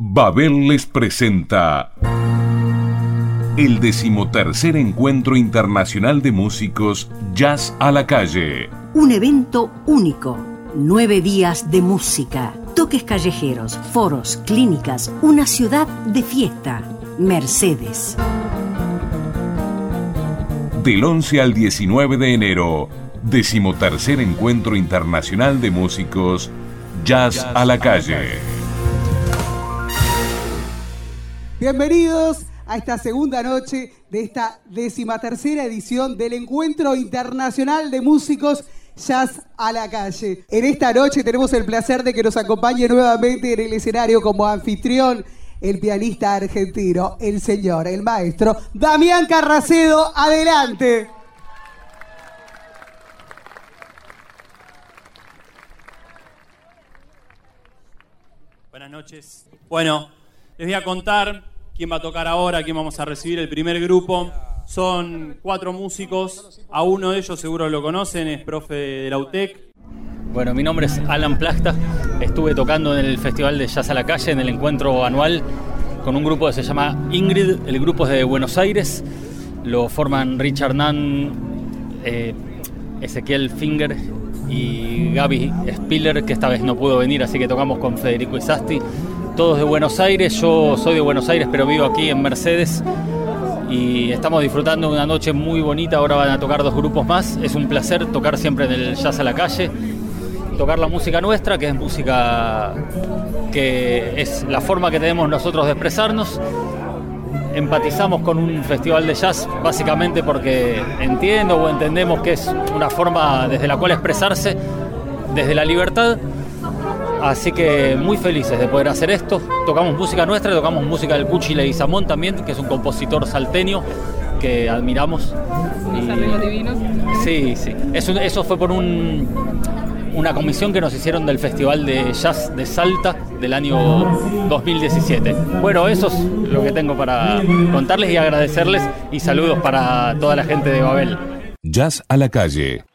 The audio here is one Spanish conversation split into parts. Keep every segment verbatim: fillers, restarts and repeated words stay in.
Babel les presenta el decimotercer Encuentro Internacional de Músicos Jazz a la Calle. Un evento único, nueve días de música, toques callejeros, foros, clínicas, una ciudad de fiesta. Mercedes. Del once al diecinueve de enero, decimotercer Encuentro Internacional de Músicos Jazz a la Calle. Bienvenidos a esta segunda noche de esta decimatercera edición del Encuentro Internacional de Músicos Jazz a la Calle. En esta noche tenemos el placer de que nos acompañe nuevamente en el escenario como anfitrión el pianista argentino, el señor, el maestro Damián Carracedo. Adelante. Buenas noches. Bueno, les voy a contar quién va a tocar ahora, quién vamos a recibir. El primer grupo son cuatro músicos. A uno de ellos seguro lo conocen, es profe de la U T E C. Bueno, mi nombre es Alan Plasta. Estuve tocando en el Festival de Jazz a la Calle, en el encuentro anual, con un grupo que se llama Ingrid. El grupo es de Buenos Aires. Lo forman Richard Nunn, eh, Ezequiel Finger y Gaby Spiller, que esta vez no pudo venir, así que tocamos con Federico Isasti. Todos de Buenos Aires. Yo soy de Buenos Aires, pero vivo aquí en Mercedes. Y estamos disfrutando de una noche muy bonita. Ahora van a tocar dos grupos más. Es un placer tocar siempre en el Jazz a la Calle. Tocar la música nuestra, que es música que es la forma que tenemos nosotros de expresarnos. Empatizamos con un festival de jazz básicamente porque entiendo o entendemos que es una forma desde la cual expresarse desde la libertad. Así que muy felices de poder hacer esto. Tocamos música nuestra, tocamos música del Cuchi Leguizamón también, que es un compositor salteño que admiramos. Unos arreglos divinos. Sí, sí. Eso, eso fue por un... una comisión que nos hicieron del Festival de Jazz de Salta del año dos mil diecisiete. Bueno, eso es lo que tengo para contarles y agradecerles, y saludos para toda la gente de Babel. Jazz a la Calle.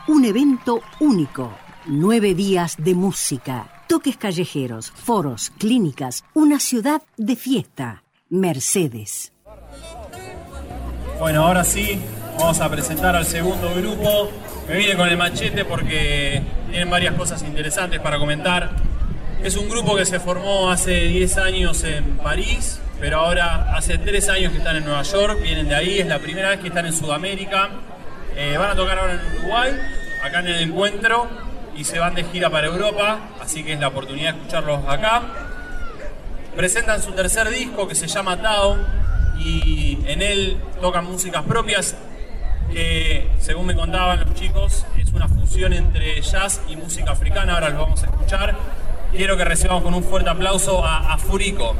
Un evento único. Nueve días de música, toques callejeros, foros, clínicas, una ciudad de fiesta. Mercedes. Bueno, ahora sí, vamos a presentar al segundo grupo. Me vine con el machete porque tienen varias cosas interesantes para comentar. Es un grupo que se formó hace diez años en París, pero ahora hace tres años que están en Nueva York, vienen de ahí, es la primera vez que están en Sudamérica. Eh, van a tocar ahora en Uruguay, acá en el encuentro, y se van de gira para Europa, así que es la oportunidad de escucharlos acá. Presentan su tercer disco que se llama Tao, y en él tocan músicas propias que, según me contaban los chicos, es una fusión entre jazz y música africana. Ahora lo vamos a escuchar. Quiero que recibamos con un fuerte aplauso a, a Furico.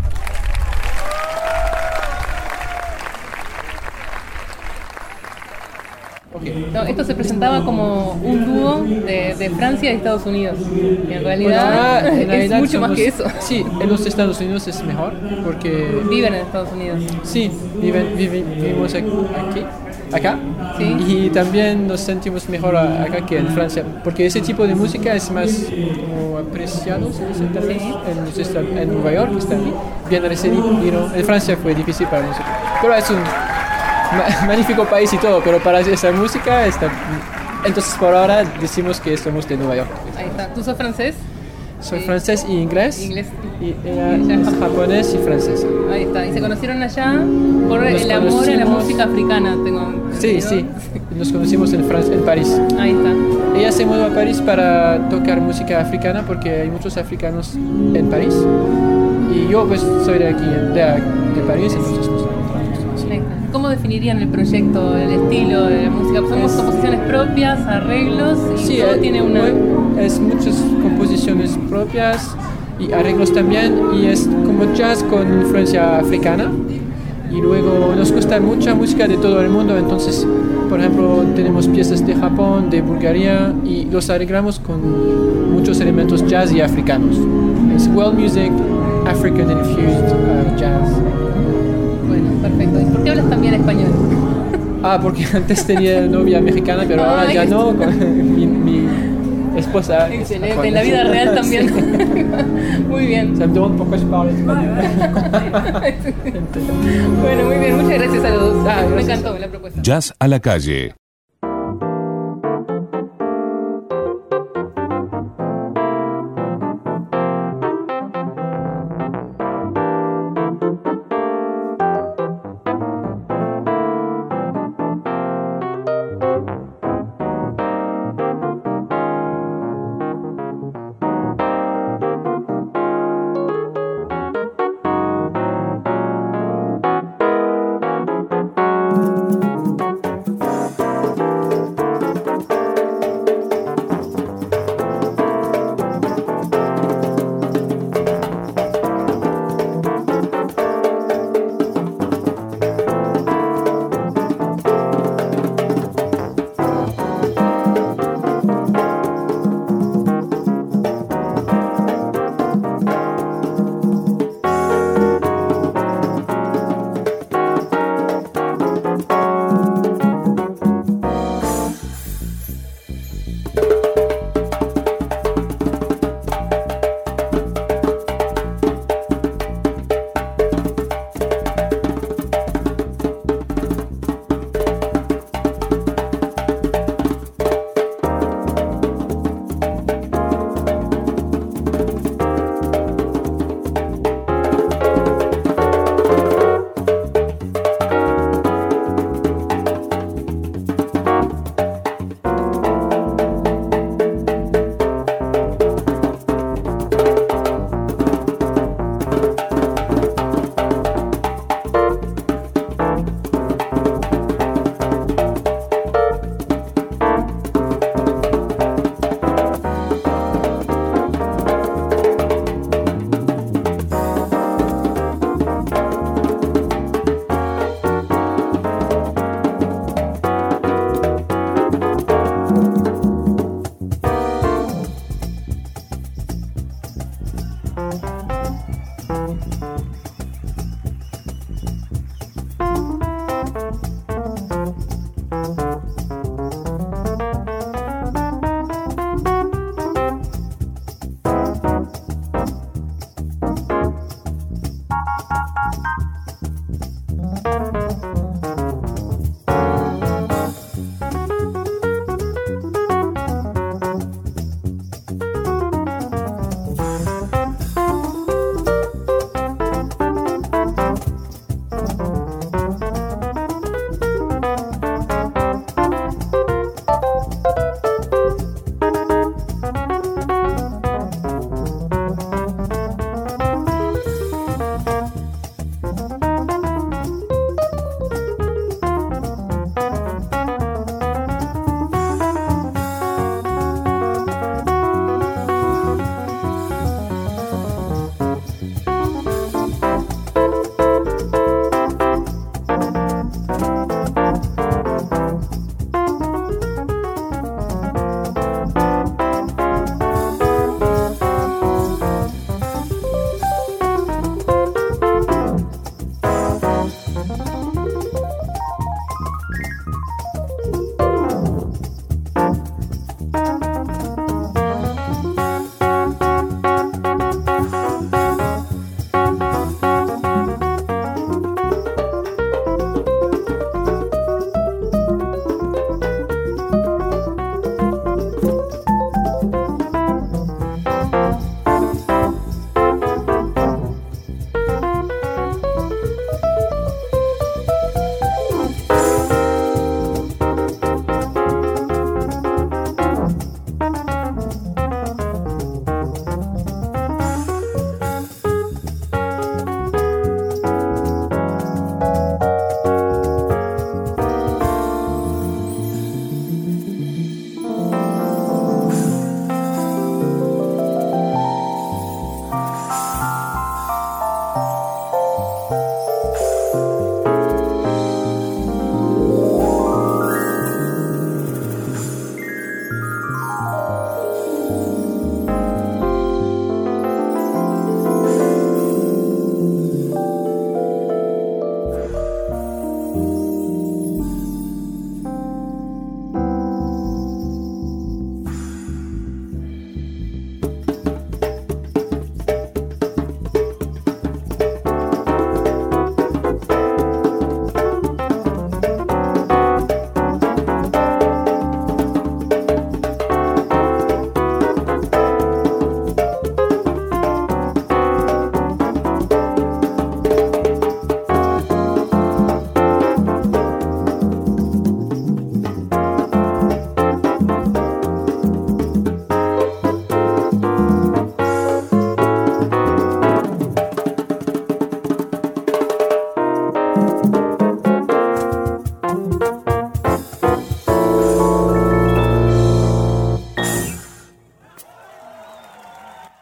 Okay. No, esto se presentaba como un dúo de, de Francia y Estados Unidos. Y en realidad, bueno, en realidad es mucho somos, más que eso. Sí, en los Estados Unidos es mejor porque... Viven en Estados Unidos. Sí, viven, viven, vivimos aquí, acá. ¿Sí? Y también nos sentimos mejor acá que en Francia. Porque ese tipo de música es más como apreciado, ¿se dice? Tal vez, sí. en, los estados, en Nueva York está bien recibido. En Francia fue difícil para nosotros. Pero es un... magnífico país y todo, pero para esa música está... Entonces por ahora decimos que somos de Nueva York. Ahí está. ¿Tú sos francés? Soy sí. francés y inglés. Inglés. Y ella es japonés y francés. Ahí está. ¿Y se conocieron allá por Nos el amor a la música africana? Tengo sí, sí. Nos conocimos en, Francia, en París. Ahí está. Ella se mudó a París para tocar música africana porque hay muchos africanos en París. Y yo pues soy de aquí, de, de París, entonces nos encontramos. ¿Cómo definirían el proyecto, el estilo de la música? ¿Somos composiciones propias, arreglos? Y sí, todo tiene una... es muchas composiciones propias y arreglos también, y es como jazz con influencia africana. Y luego nos gusta mucha música de todo el mundo, entonces, por ejemplo, tenemos piezas de Japón, de Bulgaria, y los arreglamos con muchos elementos jazz y africanos. Es world music, African infused uh, jazz. Bueno, perfecto. ¿Y por qué hablas también español? Ah, porque antes tenía novia mexicana, pero ahora Ay, ya no, con mi, mi esposa. Excelente, en la vida real también. Sí. Muy bien. Se me un poco español. Bueno, muy bien, muchas gracias a los dos. Ah, me encantó la propuesta. Jazz a la calle.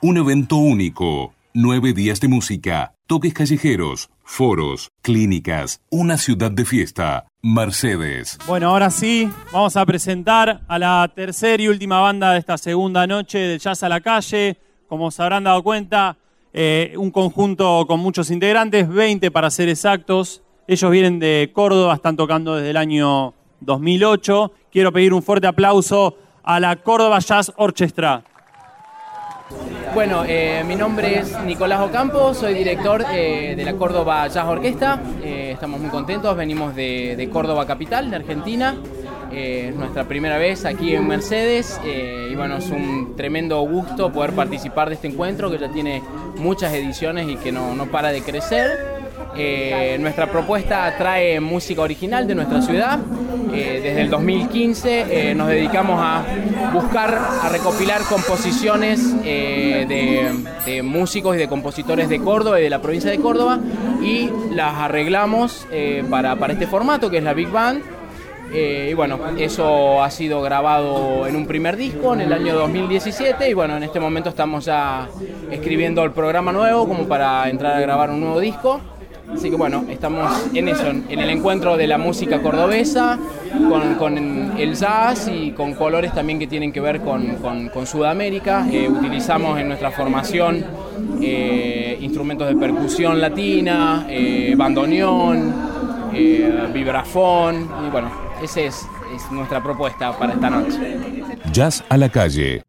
Un evento único. Nueve días de música, toques callejeros, foros, clínicas, una ciudad de fiesta. Mercedes. Bueno, ahora sí, vamos a presentar a la tercera y última banda de esta segunda noche de Jazz a la Calle. Como se habrán dado cuenta, eh, un conjunto con muchos integrantes, veinte para ser exactos. Ellos vienen de Córdoba, están tocando desde el año dos mil ocho. Quiero pedir un fuerte aplauso a la Córdoba Jazz Orchestra. Bueno, eh, mi nombre es Nicolás Ocampo, soy director eh, de la Córdoba Jazz Orquesta. Eh, estamos muy contentos, venimos de, de Córdoba capital, de Argentina. Eh, es nuestra primera vez aquí en Mercedes eh, y bueno, es un tremendo gusto poder participar de este encuentro que ya tiene muchas ediciones y que no, no para de crecer. Eh, nuestra propuesta trae música original de nuestra ciudad. Eh, desde el dos mil quince eh, nos dedicamos a buscar, a recopilar composiciones eh, de, de músicos y de compositores de Córdoba y de la provincia de Córdoba y las arreglamos eh, para, para este formato que es la Big Band. Eh, y bueno, eso ha sido grabado en un primer disco en el año dos mil diecisiete y bueno, en este momento estamos ya escribiendo el programa nuevo como para entrar a grabar un nuevo disco. Así que bueno, estamos en eso, en el encuentro de la música cordobesa, con, con el jazz y con colores también que tienen que ver con, con, con Sudamérica. Eh, utilizamos en nuestra formación eh, instrumentos de percusión latina, eh, bandoneón, eh, vibrafón y bueno, esa es, es nuestra propuesta para esta noche. Jazz a la Calle.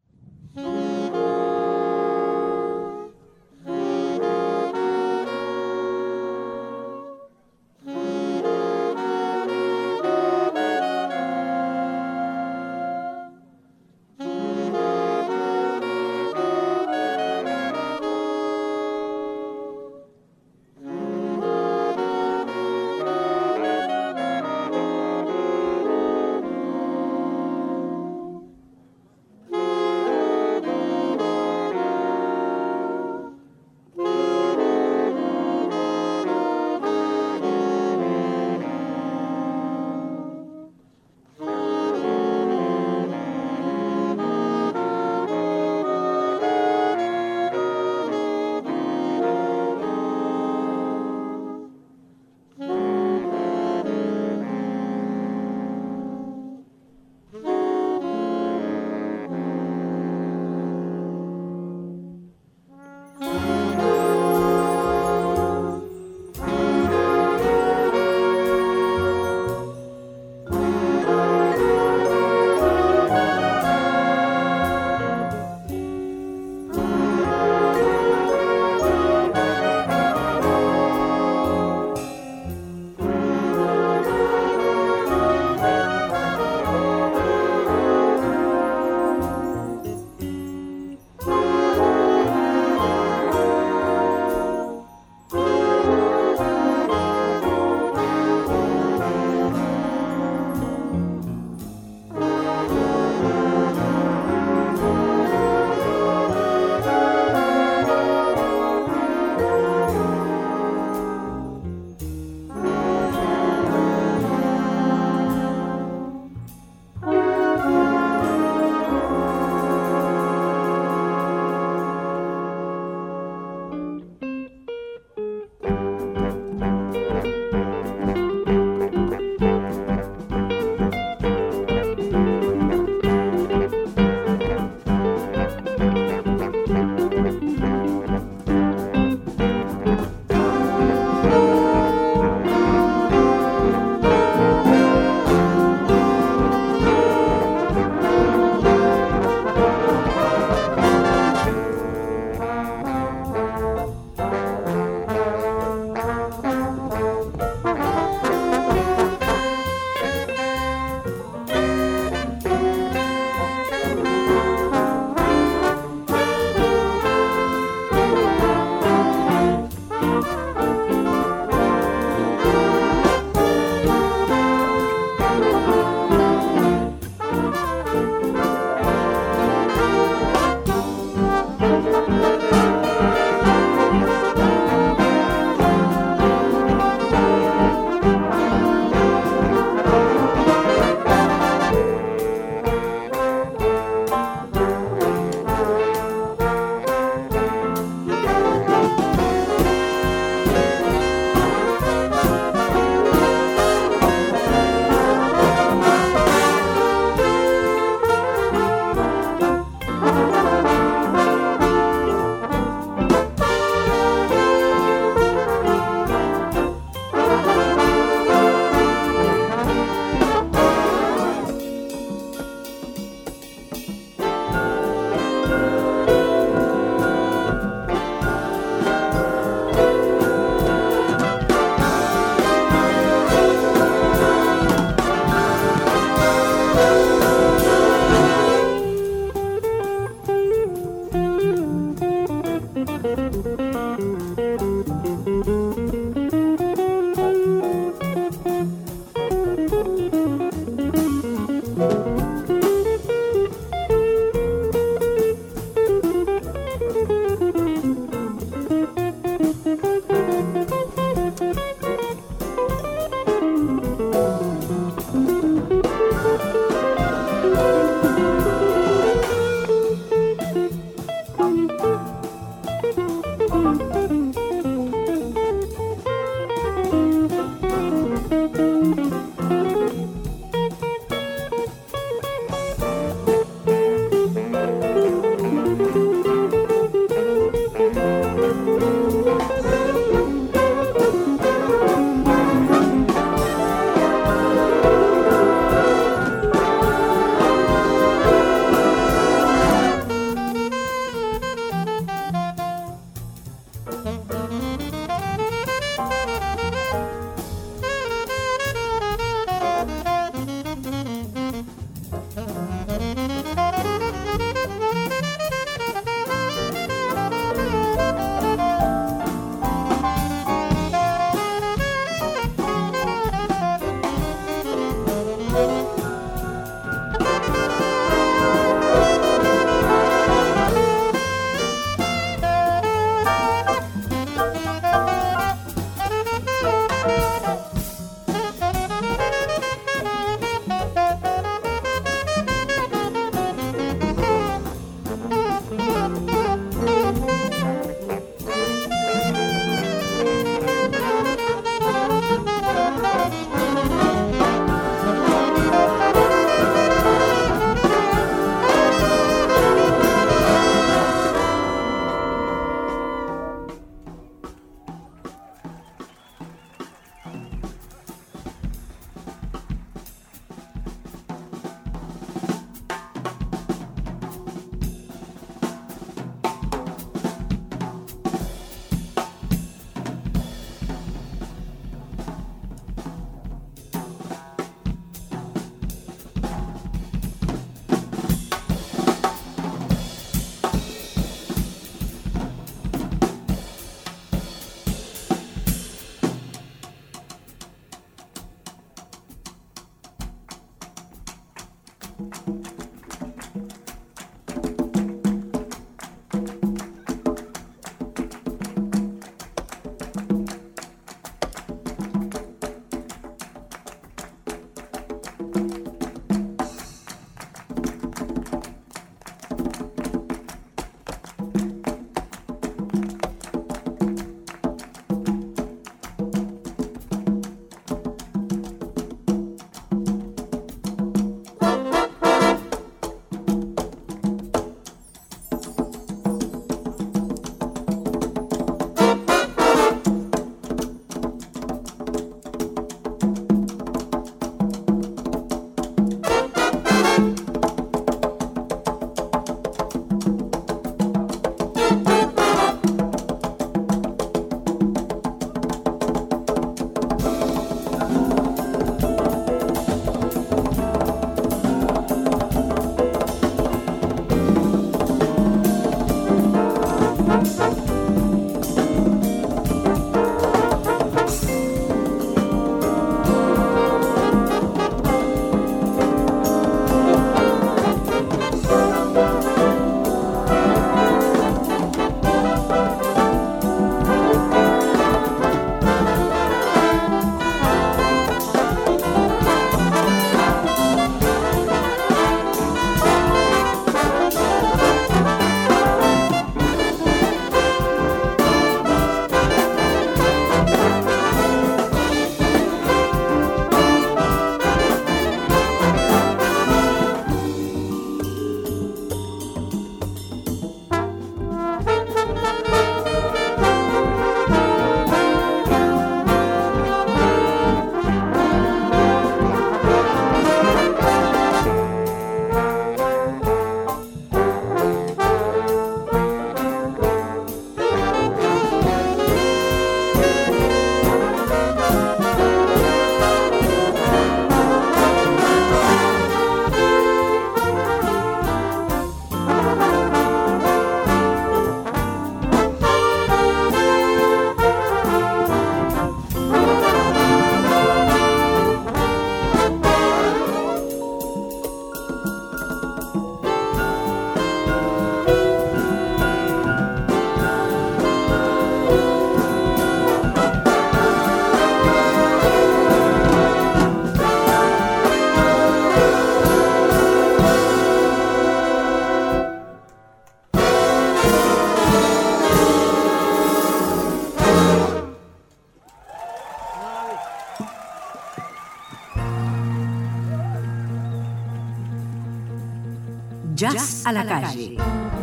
Jazz a la calle.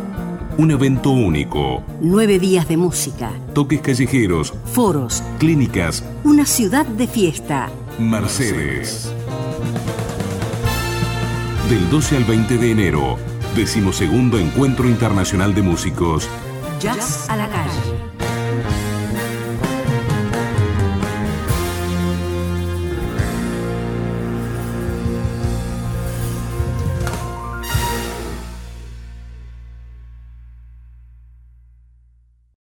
Un evento único. Nueve días de música. Toques callejeros. Foros. Clínicas. Una ciudad de fiesta. Mercedes. Del doce al veinte de enero. Decimosegundo Encuentro Internacional de Músicos. Jazz a la calle.